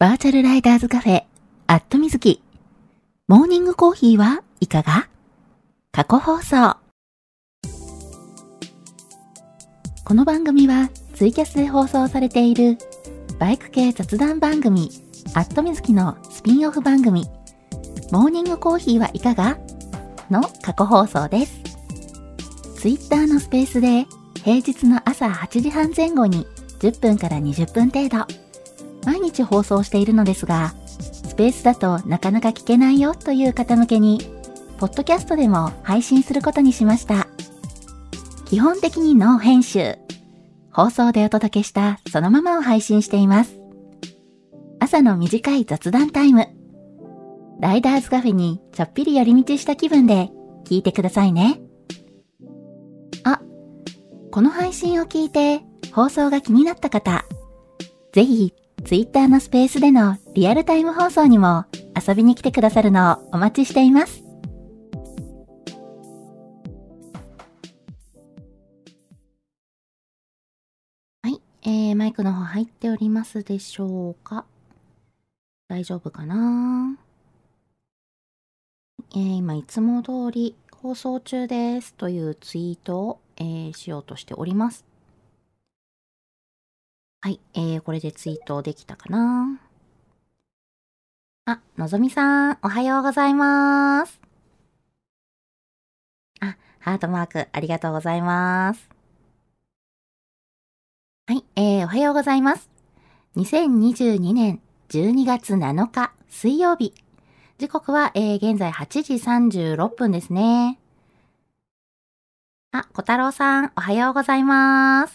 バーチャルライダーズカフェ、アットみずき。モーニングコーヒーはいかが？過去放送。この番組はツイキャスで放送されているバイク系雑談番組、アットみずきのスピンオフ番組、モーニングコーヒーはいかが？の過去放送です。ツイッターのスペースで平日の朝8時半前後に10分から20分程度、毎日放送しているのですが、スペースだとなかなか聞けないよという方向けに、ポッドキャストでも配信することにしました。基本的にノー編集。放送でお届けしたそのままを配信しています。朝の短い雑談タイム。ライダーズカフェにちょっぴり寄り道した気分で聞いてくださいね。あ、この配信を聞いて放送が気になった方、ぜひツイッターのスペースでのリアルタイム放送にも遊びに来てくださるのをお待ちしています。はい、マイクの方入っておりますでしょうか？大丈夫かな？今いつも通り放送中ですというツイートを、しようとしております。はい、これでツイートできたかな？あ、のぞみさん、おはようございます。あ、ハートマーク、ありがとうございます。はい、おはようございます。2022年12月7日水曜日。時刻は、現在8時36分ですね。あ、小太郎さん、おはようございます。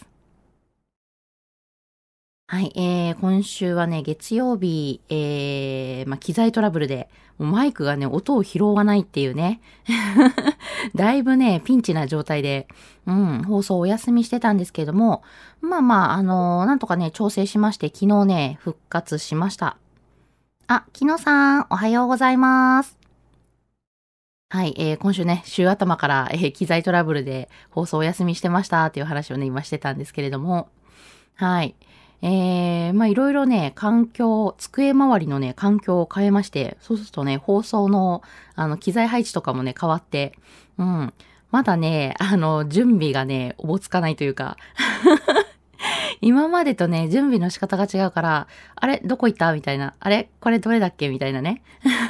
はい、今週はね、月曜日、機材トラブルで、もうマイクがね、音を拾わないっていうね。だいぶね、ピンチな状態で、放送お休みしてたんですけれども、なんとかね、調整しまして、昨日ね、復活しました。あ、木野さん、おはようございます。はい、今週ね、週頭から、機材トラブルで放送お休みしてましたっていう話をね、今してたんですけれども、はい。いろいろね、机周りのね、環境を変えまして、そうするとね、放送の、機材配置とかもね、変わって、まだね、準備がね、おぼつかないというか、今までとね、準備の仕方が違うから、あれ、どこ行ったみたいな。あれ、これどれだっけみたいなね。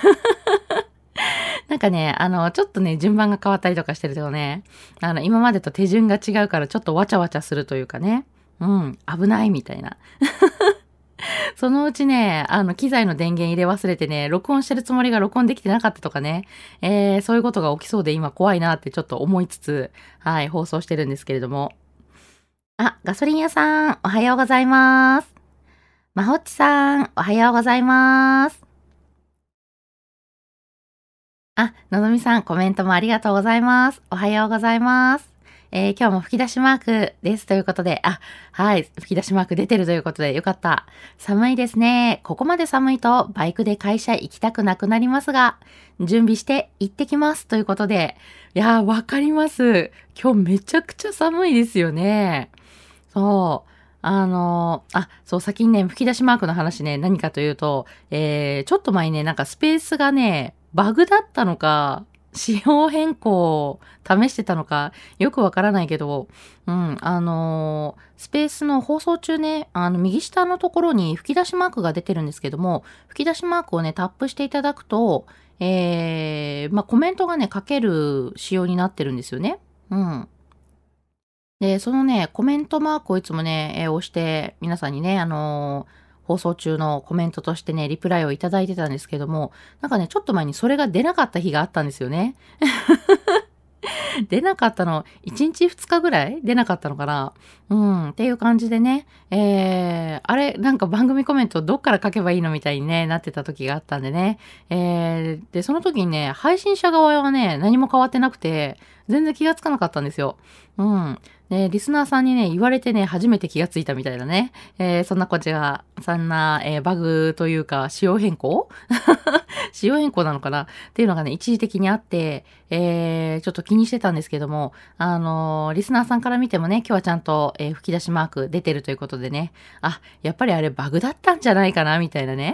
なんかね、ちょっとね、順番が変わったりとかしてるとね、今までと手順が違うから、ちょっとわちゃわちゃするというかね。危ないみたいな。そのうちね、機材の電源入れ忘れてね、録音してるつもりが録音できてなかったとかね、そういうことが起きそうで今怖いなってちょっと思いつつ、はい、放送してるんですけれども。あ、ガソリン屋さん、おはようございます。まほっちさん、おはようございます。あ、のぞみさん、コメントもありがとうございます。おはようございます。今日も吹き出しマークですということで、はい、吹き出しマーク出てるということでよかった。寒いですね。ここまで寒いとバイクで会社行きたくなくなりますが、準備して行ってきますということで、いやー、わかります。今日めちゃくちゃ寒いですよね。そう。そう、先にね、吹き出しマークの話ね、何かというと、ちょっと前にね、なんかスペースがね、バグだったのか、仕様変更を試してたのか、よくわからないけど、スペースの放送中ね、右下のところに吹き出しマークが出てるんですけども、吹き出しマークをね、タップしていただくと、コメントがね、書ける仕様になってるんですよね。で、そのね、コメントマークをいつもね、押して、皆さんにね、放送中のコメントとしてね、リプライをいただいてたんですけども、なんかね、ちょっと前にそれが出なかった日があったんですよね。出なかったの、1日2日ぐらい出なかったのかなっていう感じでね、あれ、なんか番組コメントどっから書けばいいのみたいにね、なってた時があったんでね。で、その時にね、配信者側はね、何も変わってなくて、全然気がつかなかったんですよ。で、リスナーさんにね、言われてね、初めて気がついたみたいなね。そんなバグというか、仕様変更仕様変更なのかなっていうのがね、一時的にあって、ちょっと気にしてたんですけども、リスナーさんから見てもね、今日はちゃんと、吹き出しマーク出てるということでね、やっぱりあれバグだったんじゃないかなみたいなね。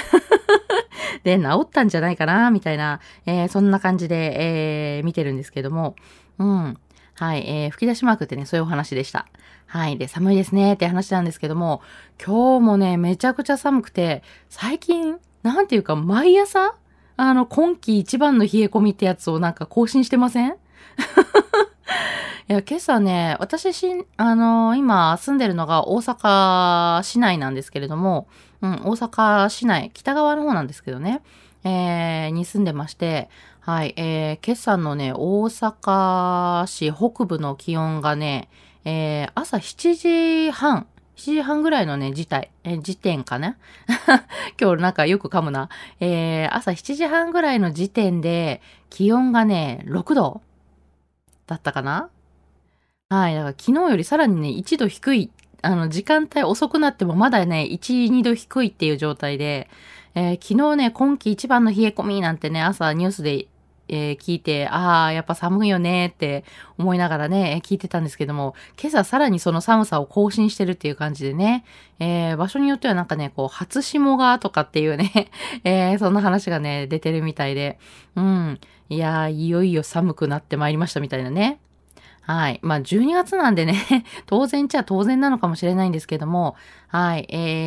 で、治ったんじゃないかな、みたいな、そんな感じで、見てるんですけども、はい、吹き出しマークってね、そういうお話でした。はい。で、寒いですねって話なんですけども、今日もね、めちゃくちゃ寒くて、最近、なんていうか、毎朝、今季一番の冷え込みってやつをなんか更新してません？いや、今朝ね、今住んでるのが大阪市内なんですけれども、大阪市内、北側の方なんですけどね、に住んでまして、はい、今朝のね、大阪市北部の気温がね、朝7時半ぐらいのね、時点かな今日なんかよく噛むな。朝7時半ぐらいの時点で、気温がね、6度だったかな。はい。だから昨日よりさらにね、1度低い、時間帯遅くなってもまだね、1、2度低いっていう状態で、昨日ね、今季一番の冷え込みなんてね、朝ニュースで、聞いて、ああ、やっぱ寒いよねって思いながらね、聞いてたんですけども、今朝さらにその寒さを更新してるっていう感じでね、場所によってはなんかね、こう、初霜がとかっていうね、そんな話がね、出てるみたいで、いやー、いよいよ寒くなってまいりましたみたいなね。はい。まあ、12月なんでね、当然っちゃ当然なのかもしれないんですけども、はい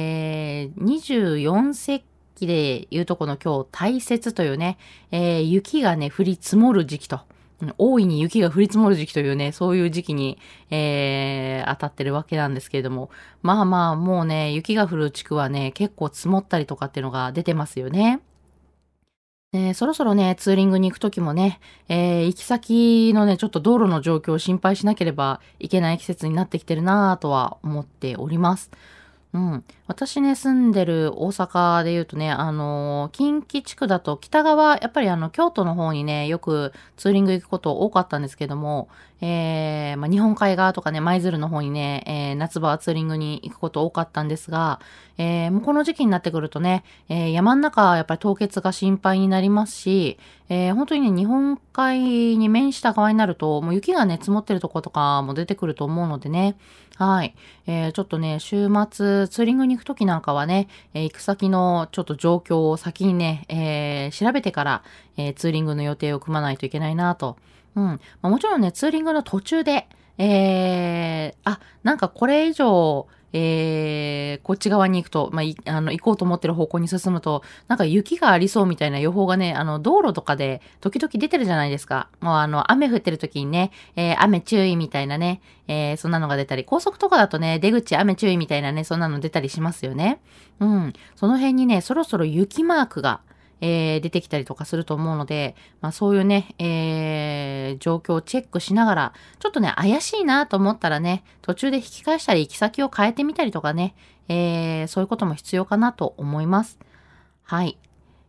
。24節気で言うとこの今日、大雪というね、雪がね、降り積もる時期と、大いに雪が降り積もる時期というね、そういう時期に、当たってるわけなんですけれども、まあまあ、もうね、雪が降る地区はね、結構積もったりとかっていうのが出てますよね。そろそろね、ツーリングに行くときもね、行き先のね、ちょっと道路の状況を心配しなければいけない季節になってきてるなぁとは思っております。私ね、住んでる大阪で言うとね、近畿地区だと北側、やっぱり京都の方にね、よくツーリング行くこと多かったんですけども、日本海側とかね、舞鶴の方にね、夏場はツーリングに行くこと多かったんですが、もうこの時期になってくるとね、山ん中はやっぱり凍結が心配になりますし、本当にね、日本海に面した側になると、もう雪がね、積もってるとことかも出てくると思うのでね、はい。ちょっとね、週末、ツーリングに行くときなんかはね、行く先のちょっと状況を先にね、調べてから、ツーリングの予定を組まないといけないなと。もちろんね、ツーリングの途中で、なんかこれ以上、こっち側に行くと、行こうと思ってる方向に進むと、なんか雪がありそうみたいな予報がね、道路とかで時々出てるじゃないですか。もう雨降ってる時にね、雨注意みたいなね、そんなのが出たり、高速とかだとね、出口雨注意みたいなね、そんなの出たりしますよね。その辺にね、そろそろ雪マークが、出てきたりとかすると思うので、そういうね、状況をチェックしながら、ちょっとね、怪しいなと思ったらね、途中で引き返したり、行き先を変えてみたりとかね、そういうことも必要かなと思います。はい。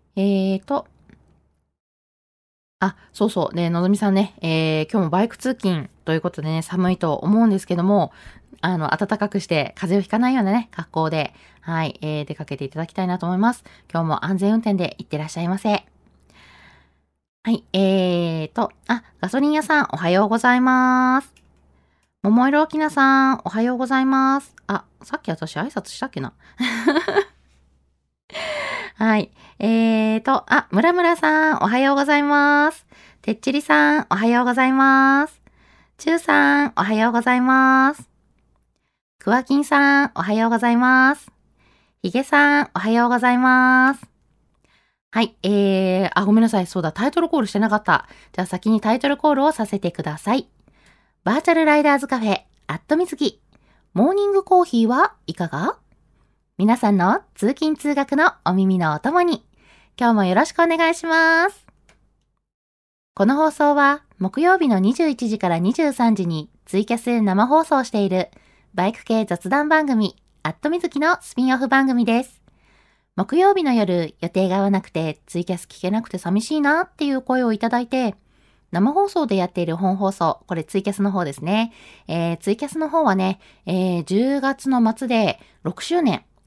そうそう。で、のぞみさんね、今日もバイク通勤ということでね、寒いと思うんですけども、暖かくして風邪をひかないようなね、格好で、はい、出かけていただきたいなと思います。今日も安全運転で行ってらっしゃいませ。はい、ガソリン屋さん、おはようございます。桃色きなさん、おはようございます。さっき私挨拶したっけなはい。ムラムラさん、おはようございます。てっちりさん、おはようございます。ちゅうさん、おはようございます。くわきんさん、おはようございます。ひげさん、おはようございます。はい、ごめんなさい。そうだ、タイトルコールしてなかった。じゃあ先にタイトルコールをさせてください。バーチャルライダーズカフェ、アットみずき。モーニングコーヒーはいかが？皆さんの通勤通学のお耳のお供に、今日もよろしくお願いします。この放送は木曜日の21時から23時にツイキャスで生放送しているバイク系雑談番組アットみずきのスピンオフ番組です。木曜日の夜予定が合わなくてツイキャス聞けなくて寂しいなっていう声をいただいて、生放送でやっている本放送、これツイキャスの方ですね。ツイキャスの方はね、10月の末で6周年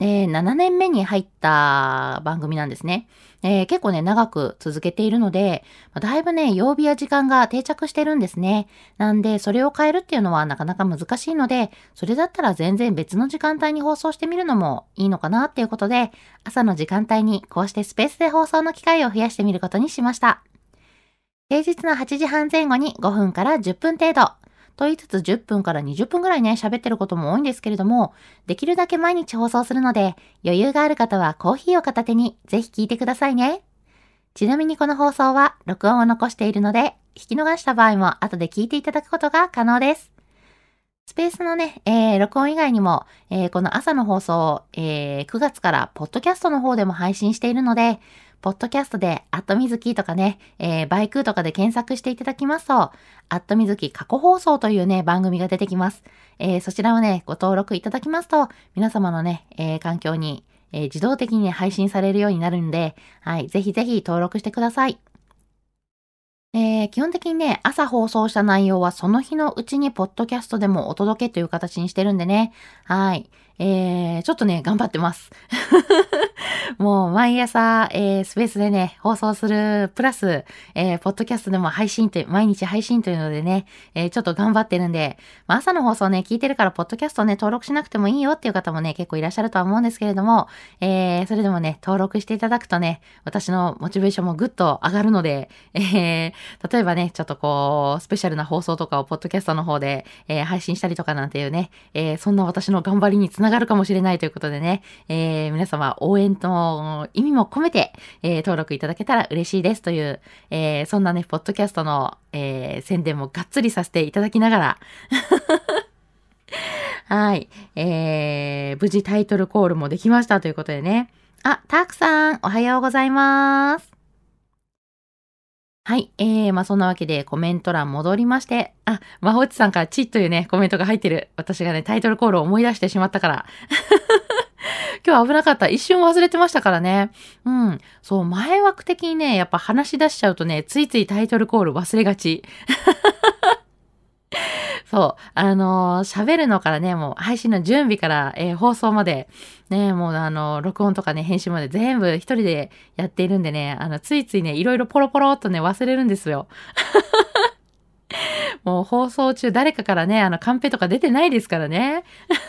で、7年目に入った番組なんですね。結構ね、長く続けているので、だいぶね、曜日や時間が定着してるんですね。なんで、それを変えるっていうのはなかなか難しいので、それだったら全然別の時間帯に放送してみるのもいいのかなっていうことで、朝の時間帯にこうしてスペースで放送の機会を増やしてみることにしました。平日の8時半前後に5分から10分程度。と言いつつ10分から20分ぐらいね、喋ってることも多いんですけれども、できるだけ毎日放送するので、余裕がある方はコーヒーを片手にぜひ聞いてくださいね。ちなみにこの放送は録音を残しているので、聞き逃した場合も後で聞いていただくことが可能です。スペースのね、録音以外にも、この朝の放送を、9月からポッドキャストの方でも配信しているので、ポッドキャストで、みずきとかね、バイクとかで検索していただきますと、みずき過去放送というね、番組が出てきます。そちらをね、ご登録いただきますと、皆様のね、環境に、自動的にね、配信されるようになるんで、はい、ぜひぜひ登録してください。基本的にね、朝放送した内容はその日のうちにポッドキャストでもお届けという形にしてるんでね。はい。ちょっとね、頑張ってます。もう毎朝、スペースでね、放送する、プラス、ポッドキャストでも配信という、毎日配信というのでね、ちょっと頑張ってるんで、朝の放送ね、聞いてるから、ポッドキャストね、登録しなくてもいいよっていう方もね、結構いらっしゃるとは思うんですけれども、それでもね、登録していただくとね、私のモチベーションもぐっと上がるので、例えばね、ちょっとこう、スペシャルな放送とかをポッドキャストの方で、配信したりとかなんていうね、そんな私の頑張りにつながるかもしれないということでね、皆様応援の意味も込めて、登録いただけたら嬉しいですという、そんなね、ポッドキャストの、宣伝もがっつりさせていただきながら、はい、無事タイトルコールもできましたということでね。たくさん、おはようございます。はい。そんなわけでコメント欄戻りまして、まほっちさんからチッというね、コメントが入ってる。私がね、タイトルコールを思い出してしまったから。今日危なかった。一瞬忘れてましたからね。うん。そう、前枠的にね、やっぱ話し出しちゃうとね、ついついタイトルコール忘れがち。そう、喋るのからね、もう配信の準備から、放送まで、ね、もう録音とかね、編集まで全部一人でやっているんでね、ついついね、いろいろポロポロっとね、忘れるんですよ。もう放送中誰かからね、カンペとか出てないですからね。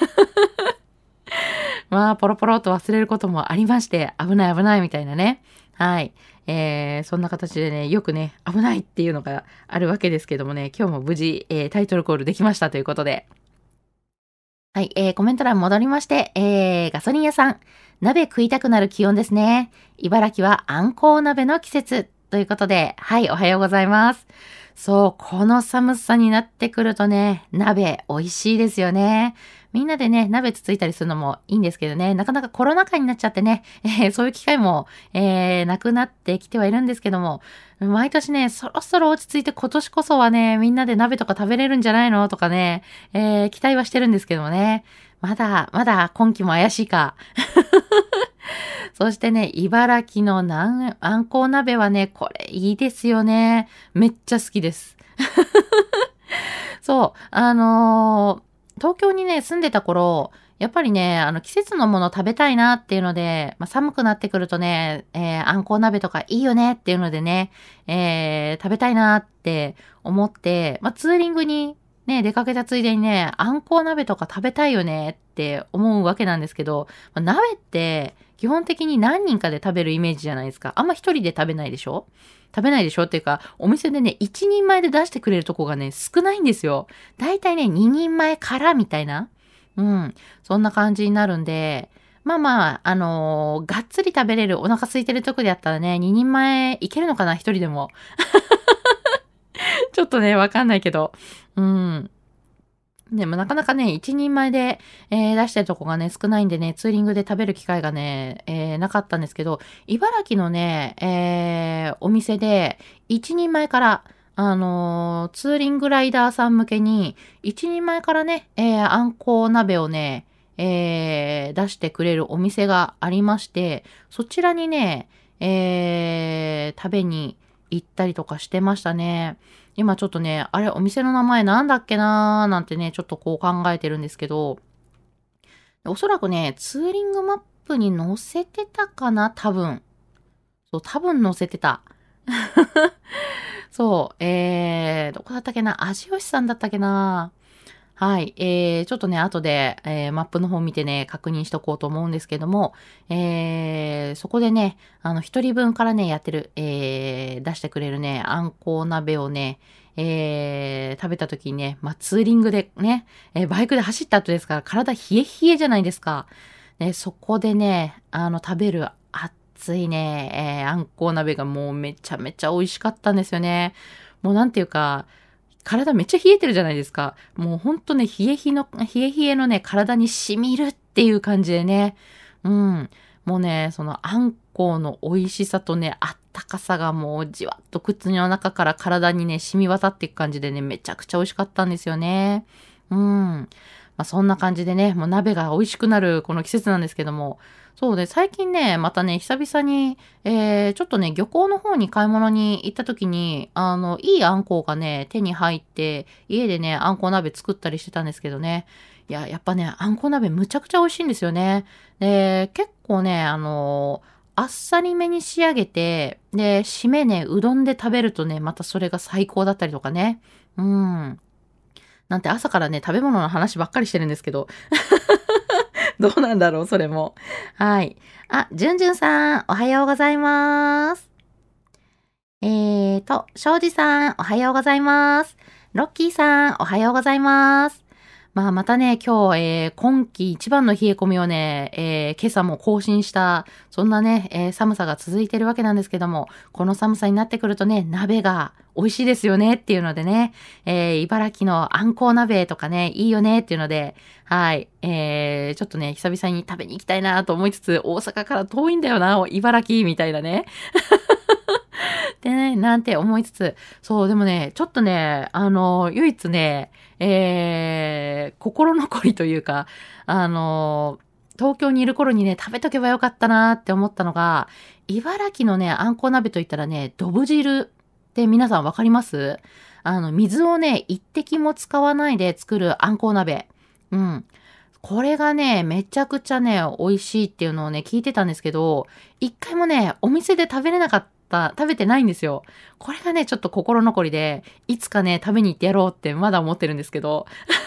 ポロポロっと忘れることもありまして、危ない危ないみたいなね。はい。そんな形でね、よくね、危ないっていうのがあるわけですけどもね、今日も無事、タイトルコールできましたということで。はい、コメント欄戻りまして、ガソリン屋さん、鍋食いたくなる気温ですね。茨城はあんこう鍋の季節ということで、はい、おはようございます。そう、この寒さになってくるとね、鍋美味しいですよね。みんなでね、鍋つついたりするのもいいんですけどね、なかなかコロナ禍になっちゃってね、そういう機会も、なくなってきてはいるんですけども、毎年ね、そろそろ落ち着いて今年こそはね、みんなで鍋とか食べれるんじゃないのとかね、期待はしてるんですけどもね、まだ今期も怪しいか。そしてね、茨城のあんこう鍋はね、これいいですよね。めっちゃ好きです。そう、東京にね、住んでた頃、やっぱりね、季節のもの食べたいなっていうので、寒くなってくるとね、あんこう鍋とかいいよねっていうのでね、食べたいなって思って、ツーリングにね、出かけたついでにね、あんこう鍋とか食べたいよねって思うわけなんですけど、鍋って基本的に何人かで食べるイメージじゃないですか。あんま一人で食べないでしょっていうか、お店でね、一人前で出してくれるとこがね、少ないんですよ。だいたいね、二人前からみたいな。うん。そんな感じになるんで、がっつり食べれるお腹空いてるとこでやったらね、二人前いけるのかな一人でも。ちょっとね、わかんないけど。うん。でもなかなかね、一人前で、出してるとこがね、少ないんでね、ツーリングで食べる機会がね、なかったんですけど、茨城のね、お店で、一人前から、ツーリングライダーさん向けに、一人前からね、あんこう鍋をね、出してくれるお店がありまして、そちらにね、食べに行ったりとかしてましたね。今ちょっとね、お店の名前なんだっけなーなんてね、ちょっとこう考えてるんですけど、 おそらくね、ツーリングマップに載せてたかな多分。そう、多分載せてた。そう、どこだったっけな、味吉さんだったっけな。はい。ちょっとね、後で、マップの方見てね、確認しとこうと思うんですけども、そこでね、一人分からね、やってる、出してくれるね、あんこう鍋をね、食べた時にね、ツーリングでね、バイクで走った後ですから、体冷え冷えじゃないですか。そこでね、食べる熱いね、あんこう鍋がもうめちゃめちゃ美味しかったんですよね。もうなんていうか、体めっちゃ冷えてるじゃないですか。もうほんとね、冷え冷えのね、体に染みるっていう感じでね。うん。もうね、そのあんこうの美味しさとね、あったかさがもうじわっと口の中から体にね、染み渡っていく感じでね、めちゃくちゃ美味しかったんですよね。うん。そんな感じでね、もう鍋が美味しくなるこの季節なんですけども、そうで、最近ね、またね、久々に、ちょっとね、漁港の方に買い物に行った時に、いいあんこうがね、手に入って、家でね、あんこう鍋作ったりしてたんですけどね。いや、やっぱね、あんこう鍋むちゃくちゃ美味しいんですよね。で、結構ね、あっさりめに仕上げて、で、締めね、うどんで食べるとね、またそれが最高だったりとかね。うん。なんて朝からね、食べ物の話ばっかりしてるんですけど。どうなんだろう、それも。はい。あ、じゅんじゅんさん、おはようございます。庄司さん、おはようございます。ロッキーさん、おはようございます。またね、今日、今季一番の冷え込みをね、今朝も更新した、そんなね、寒さが続いてるわけなんですけども、この寒さになってくるとね、鍋が美味しいですよねっていうのでね、茨城のあんこう鍋とかね、いいよねっていうので、はい、ちょっとね、久々に食べに行きたいなと思いつつ、大阪から遠いんだよな、茨城みたいなね。でね、なんて思いつつ、そう、でもね、ちょっとね、唯一ね、心残りというか、東京にいる頃にね、食べとけばよかったなって思ったのが、茨城のね、あんこ鍋といったらね、どぶ汁って皆さんわかります？水をね、一滴も使わないで作るあんこ鍋。うん。これがね、めちゃくちゃね、美味しいっていうのをね、聞いてたんですけど、一回もね、お店で食べれなかった、食べてないんですよ。これがね、ちょっと心残りで、いつかね、食べに行ってやろうってまだ思ってるんですけど。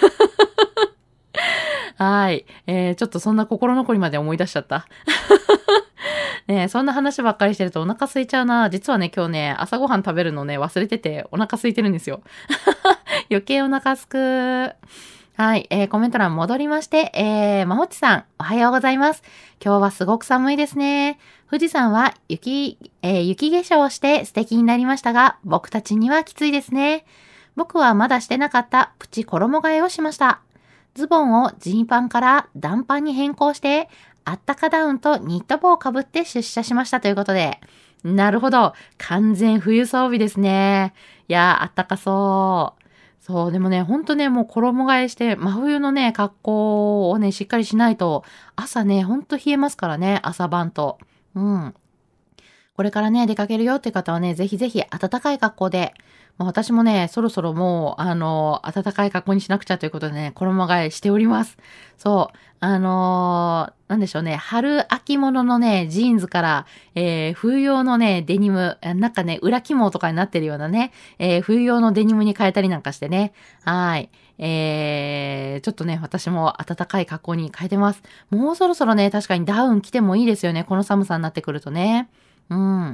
はい。ちょっとそんな心残りまで思い出しちゃった。ねそんな話ばっかりしてるとお腹空いちゃうな。実はね、今日ね、朝ごはん食べるのね、忘れてて、お腹空いてるんですよ。余計お腹すく。はい、コメント欄戻りまして、まほちさん、おはようございます。今日はすごく寒いですね。富士山は雪化粧して素敵になりましたが、僕たちにはきついですね。僕はまだしてなかったプチ衣替えをしました。ズボンをジーパンから暖パンに変更して、あったかダウンとニット帽をかぶって出社しましたということで。なるほど。完全冬装備ですね。いやー、あったかそう。そう、でもね、ほんとね、もう衣替えして、真冬のね、格好をね、しっかりしないと、朝ね、ほんと冷えますからね、朝晩と。うん。これからね、出かけるよって方はね、ぜひぜひ暖かい格好で、私もね、そろそろもう、暖かい格好にしなくちゃということでね、衣替えしております。そう。なんでしょうね、春秋物のね、ジーンズから、冬用のね、デニム、なんかね、裏肝とかになってるようなね、冬用のデニムに変えたりなんかしてね。はい。ちょっとね、私も暖かい格好に変えてます。もうそろそろね、確かにダウン着てもいいですよね、この寒さになってくるとね。うん。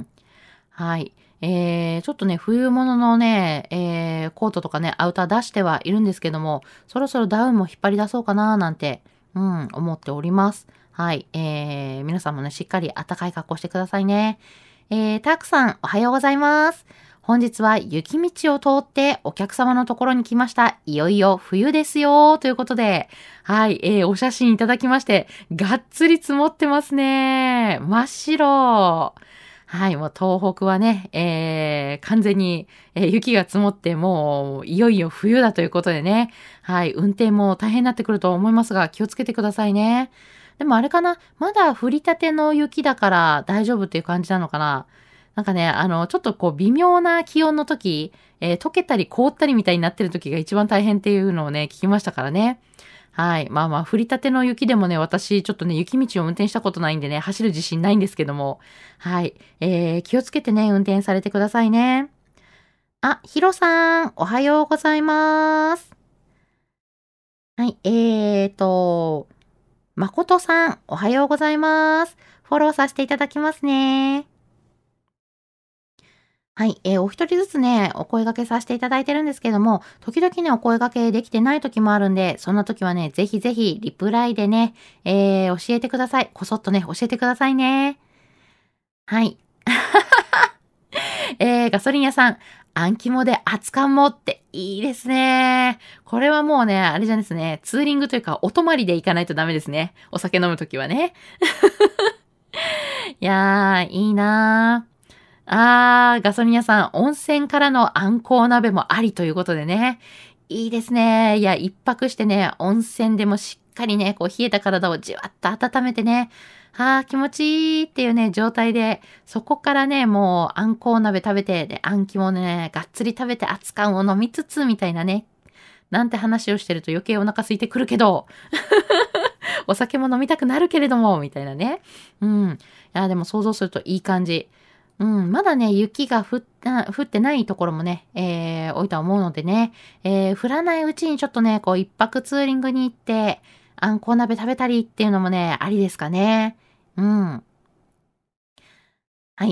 はい。ちょっとね、冬物のね、コートとかね、アウター出してはいるんですけども、そろそろダウンも引っ張り出そうかななんて、思っております。はい。皆さんもね、しっかり暖かい格好してくださいね。たくさん、おはようございます。本日は雪道を通ってお客様のところに来ました。いよいよ冬ですよということで、はい、お写真いただきまして、がっつり積もってますね。真っ白。はい、もう東北はね、完全に、雪が積もってもういよいよ冬だということでね。はい、運転も大変になってくると思いますが、気をつけてくださいね。でもあれかな、まだ降りたての雪だから大丈夫っていう感じなのかな。なんかね、ちょっとこう微妙な気温の時、溶けたり凍ったりみたいになってる時が一番大変っていうのをね、聞きましたからね。 はい。まあまあ、降り立ての雪でもね、私、ちょっとね、雪道を運転したことないんでね、走る自信ないんですけども。はい。気をつけてね、運転されてくださいね。あ、ヒロさん、おはようございます。はい。まことさん、おはようございます。フォローさせていただきますね。はい。お一人ずつね、お声掛けさせていただいてるんですけども、時々ね、お声掛けできてない時もあるんで、そんな時はね、ぜひぜひ、リプライでね、教えてください。こそっとね、教えてくださいね。はい。ガソリン屋さん、あん肝で熱燗もっていいですね。これはもうね、あれじゃですね、ツーリングというか、お泊まりで行かないとダメですね。お酒飲むときはね。いやー、いいなー。ガソリン屋さん、温泉からのあんこう鍋もありということでね。いいですね。いや、一泊してね、温泉でもしっかりね、こう冷えた体をじわっと温めてね、気持ちいいっていうね、状態で、そこからね、もう、あんこう鍋食べて、で、あん肝ね、がっつり食べて熱燗を飲みつつ、みたいなね。なんて話をしてると余計お腹空いてくるけど、お酒も飲みたくなるけれども、みたいなね。うん。いや、でも想像するといい感じ。うん、まだね、雪が降ってないところもね、多いとは思うのでね、降らないうちにちょっとね、こう一泊ツーリングに行って、あんこう鍋食べたりっていうのもね、ありですかね。うん。はい。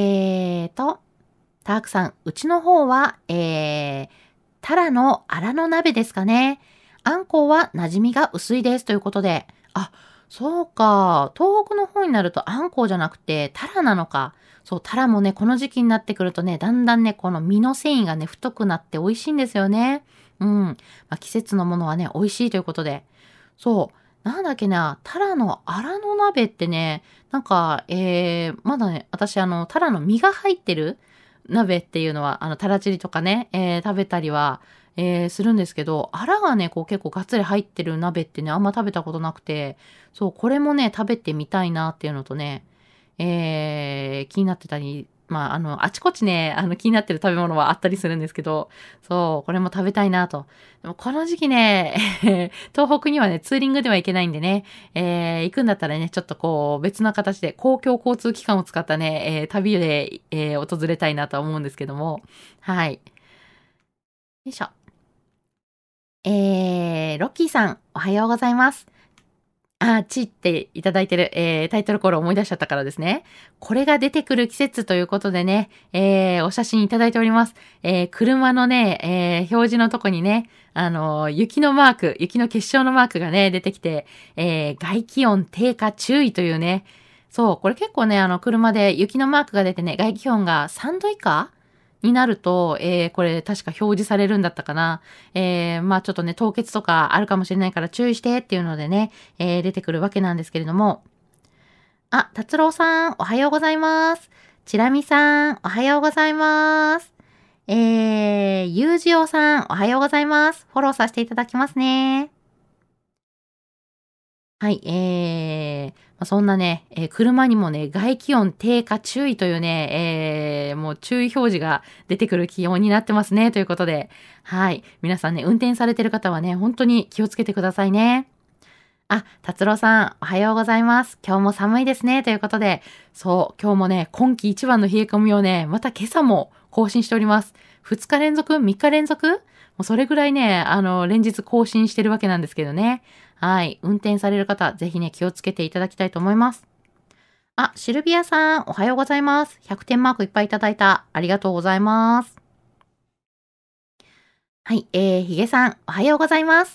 タークさん、うちの方は、タラのアラの鍋ですかね。あんこうは馴染みが薄いですということで。あ、そうか。東北の方になるとあんこうじゃなくてタラなのか。そう、タラもね、この時期になってくるとね、だんだんね、この身の繊維がね、太くなって美味しいんですよね。うん。まあ、季節のものはね、美味しいということで。そう。なんだっけな、タラのアラの鍋ってね、なんか、まだね、私タラの身が入ってる鍋っていうのは、タラチリとかね、食べたりは、するんですけど、アラがね、こう結構がっつり入ってる鍋ってね、あんま食べたことなくて、そう、これもね、食べてみたいなっていうのとね、気になってたり、まあ、あちこちね、気になってる食べ物はあったりするんですけど、そう、これも食べたいなと。でもこの時期ね、東北にはね、ツーリングでは行けないんでね、行くんだったらね、ちょっとこう、別な形で公共交通機関を使ったね、旅で、訪れたいなとは思うんですけども、はい。よいしょ。ロッキーさん、おはようございます。チっていただいてる、タイトルコールを思い出しちゃったからですね。これが出てくる季節ということでね、お写真いただいております。車のね、表示のとこにね、雪のマーク、雪の結晶のマークがね、出てきて、外気温低下注意というね、そう、これ結構ね、車で雪のマークが出てね、外気温が3度以下になると、これ確か表示されるんだったかな。まあちょっとね、凍結とかあるかもしれないから注意してっていうのでね、出てくるわけなんですけれども。達郎さん、おはようございます。ちらみさん、おはようございます。ゆうじおさん、おはようございます。フォローさせていただきますね。はい、そんなね、車にもね、外気温低下注意というね、もう注意表示が出てくる気温になってますね、ということで、はい。皆さんね、運転されてる方はね、本当に気をつけてくださいね。達郎さん、おはようございます。今日も寒いですね、ということで、そう、今日もね、今季一番の冷え込みをね、また今朝も更新しております。2日連続 ?3 日連続もうそれぐらいね、連日更新してるわけなんですけどね。はい。運転される方、ぜひね、気をつけていただきたいと思います。シルビアさん、おはようございます。100点マークいっぱいいただいた。ありがとうございます。はい。ヒゲさん、おはようございます。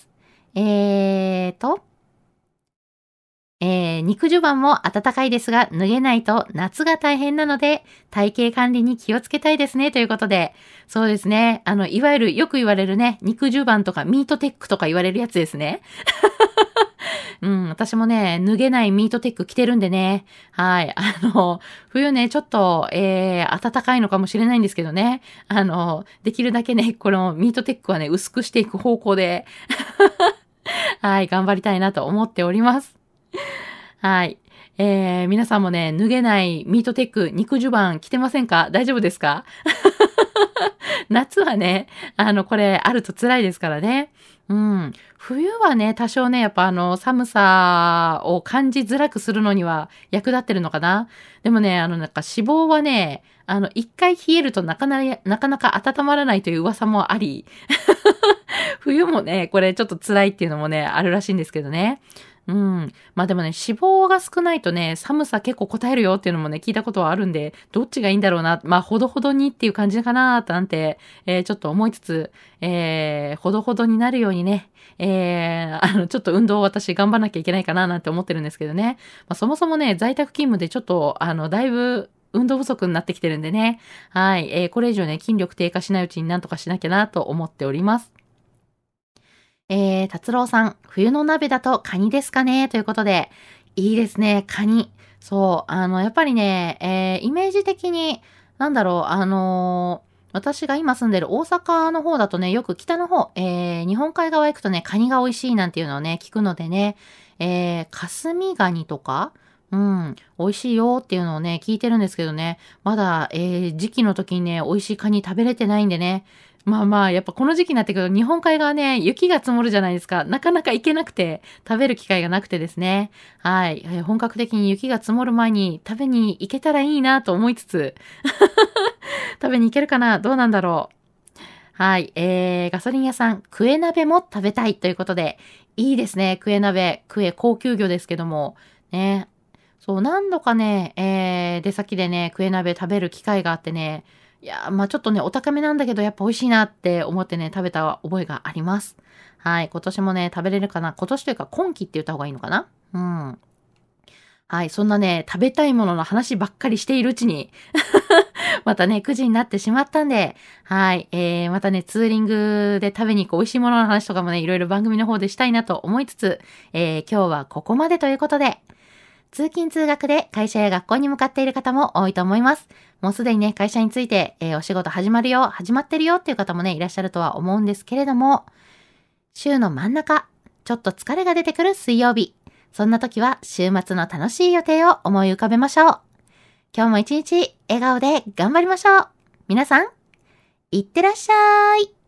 肉襦袢も暖かいですが、脱げないと夏が大変なので、体型管理に気をつけたいですね、ということで。そうですね。いわゆる、よく言われるね、肉襦袢とかミートテックとか言われるやつですね。うん、私もね、脱げないミートテック着てるんでね。はい。冬ね、ちょっと、暖かいのかもしれないんですけどね。できるだけね、このミートテックはね、薄くしていく方向で、はい、頑張りたいなと思っております。はい。皆さんもね、脱げないミートテック、肉襦袢着てませんか？大丈夫ですか？夏はね、これあると辛いですからね。 冬はね、多少ね、やっぱ寒さを感じづらくするのには役立ってるのかな。でもね、なんか脂肪はね、一回冷えるとなかなか温まらないという噂もあり、冬もね、これちょっと辛いっていうのもね、あるらしいんですけどね。まあでもね、脂肪が少ないとね、寒さ結構応えるよっていうのもね、聞いたことはあるんで、どっちがいいんだろうな。まあ、ほどほどにっていう感じかな、なんて、ちょっと思いつつ、ほどほどになるようにね、ちょっと運動を私頑張らなきゃいけないかな、なんて思ってるんですけどね。まあ、そもそもね、在宅勤務でちょっと、だいぶ、運動不足になってきてるんでね。はい。これ以上ね、筋力低下しないうちになんとかしなきゃなと思っております。達郎さん、冬の鍋だとカニですかねということで、いいですね、カニ。そう、やっぱりね、イメージ的に、なんだろう、私が今住んでる大阪の方だとね、よく北の方、日本海側行くとね、カニが美味しいなんていうのをね、聞くのでね、霞ガニとか、美味しいよっていうのをね、聞いてるんですけどね、まだ、時期の時にね、美味しいカニ食べれてないんでね、まあまあ、やっぱこの時期になってくると日本海側ね、雪が積もるじゃないですか。なかなか行けなくて、食べる機会がなくてですね。はい。本格的に雪が積もる前に食べに行けたらいいなと思いつつ、食べに行けるかなどうなんだろう。はい。ガソリン屋さん、クエ鍋も食べたいということで、いいですね。クエ鍋。クエ高級魚ですけども。ね。そう、何度かね、出先でね、クエ鍋食べる機会があってね、いやー、まあちょっとね、お高めなんだけど、やっぱ美味しいなって思ってね、食べた覚えがあります。はい。今年もね、食べれるかな。今年というか、今期って言った方がいいのかな。はい。そんなね、食べたいものの話ばっかりしているうちにまたね、9時になってしまったんで、はい。またね、ツーリングで食べに行く美味しいものの話とかもね、いろいろ番組の方でしたいなと思いつつ、今日はここまでということで、通勤通学で会社や学校に向かっている方も多いと思います。もうすでにね、会社について、お仕事始まってるよっていう方もね、いらっしゃるとは思うんですけれども、週の真ん中、ちょっと疲れが出てくる水曜日。そんな時は週末の楽しい予定を思い浮かべましょう。今日も一日笑顔で頑張りましょう。皆さん、いってらっしゃい。